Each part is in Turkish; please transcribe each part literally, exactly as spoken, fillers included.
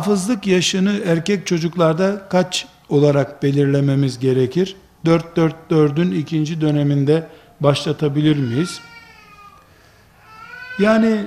Hafızlık yaşını erkek çocuklarda kaç olarak belirlememiz gerekir? dört dört dördün ikinci döneminde başlatabilir miyiz? Yani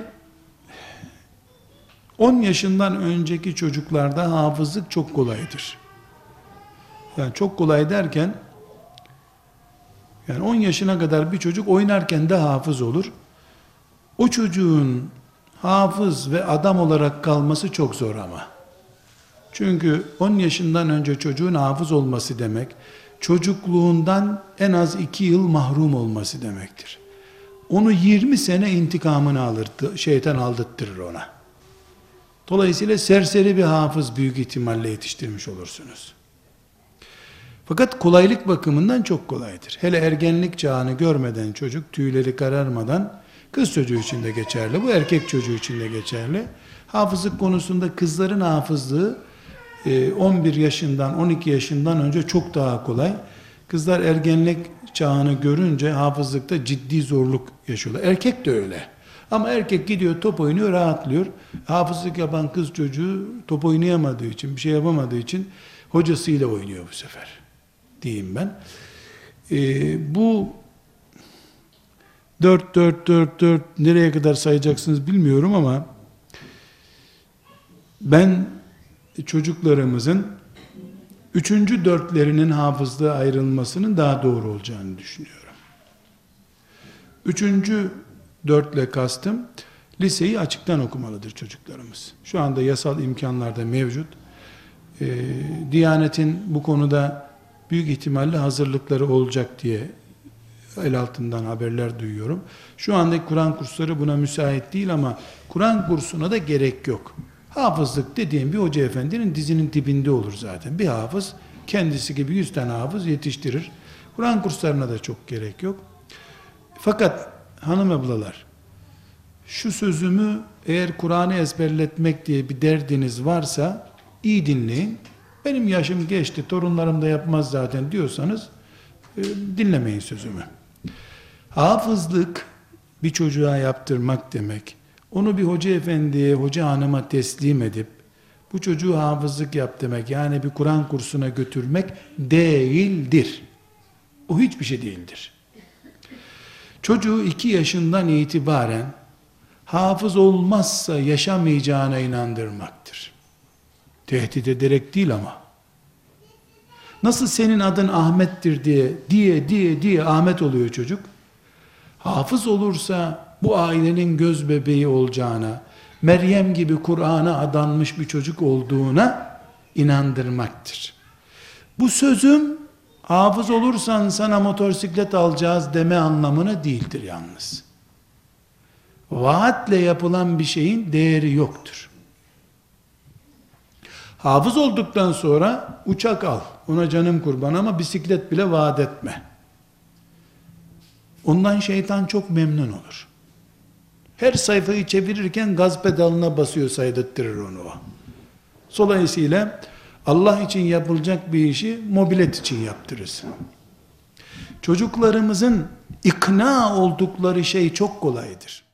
on yaşından önceki çocuklarda hafızlık çok kolaydır. Yani çok kolay derken, yani on yaşına kadar bir çocuk oynarken de hafız olur. O çocuğun hafız ve adam olarak kalması çok zor ama. Çünkü on yaşından önce çocuğun hafız olması demek, çocukluğundan en az iki yıl mahrum olması demektir. Onu yirmi sene intikamını alır, şeytan aldırtırır ona. Dolayısıyla serseri bir hafız büyük ihtimalle yetiştirmiş olursunuz. Fakat kolaylık bakımından çok kolaydır. Hele ergenlik çağını görmeden çocuk, tüyleri kararmadan, kız çocuğu için de geçerli, bu erkek çocuğu için de geçerli. Hafızlık konusunda kızların hafızlığı on bir yaşından, on iki yaşından önce çok daha kolay. Kızlar ergenlik çağını görünce hafızlıkta ciddi zorluk yaşıyorlar. Erkek de öyle. Ama erkek gidiyor, top oynuyor, rahatlıyor. Hafızlık yapan kız çocuğu top oynayamadığı için, bir şey yapamadığı için hocasıyla oynuyor bu sefer, diyeyim ben. Ee, bu dört dört dört dört nereye kadar sayacaksınız bilmiyorum ama ben çocuklarımızın üçüncü dörtlerinin hafızlığa ayrılmasının daha doğru olacağını düşünüyorum. Üçüncü dörtle kastım, liseyi açıktan okumalıdır çocuklarımız. Şu anda yasal imkanlarda mevcut. Ee, Diyanet'in bu konuda büyük ihtimalle hazırlıkları olacak diye el altından haberler duyuyorum. Şu andaki Kur'an kursları buna müsait değil ama Kur'an kursuna da gerek yok. Hafızlık dediğim bir hoca efendinin dizinin dibinde olur zaten. Bir hafız kendisi gibi yüz tane hafız yetiştirir. Kur'an kurslarına da çok gerek yok. Fakat hanım ablalar, şu sözümü eğer Kur'an'ı ezberletmek diye bir derdiniz varsa iyi dinleyin. Benim yaşım geçti, torunlarım da yapmaz zaten diyorsanız e, dinlemeyin sözümü. Hafızlık bir çocuğa yaptırmak demek, onu bir hoca efendiye, hoca hanıma teslim edip bu çocuğu hafızlık yap demek, yani bir Kur'an kursuna götürmek değildir. O hiçbir şey değildir. Çocuğu iki yaşından itibaren hafız olmazsa yaşamayacağına inandırmaktır. Tehdit ederek değil ama. Nasıl senin adın Ahmet'tir diye, diye, diye, diye Ahmet oluyor çocuk. Hafız olursa bu ailenin göz bebeği olacağına, Meryem gibi Kur'an'a adanmış bir çocuk olduğuna inandırmaktır. Bu sözüm, hafız olursan sana motosiklet alacağız deme anlamına değildir yalnız. Vaatle yapılan bir şeyin değeri yoktur. Hafız olduktan sonra uçak al, ona canım kurban, ama bisiklet bile vaat etme. Ondan şeytan çok memnun olur. Her sayfayı çevirirken gaz pedalına basıyor, saydırtırır onu o. Dolayısıyla Allah için yapılacak bir işi mobilet için yaptırırız. Çocuklarımızın ikna oldukları şey çok kolaydır.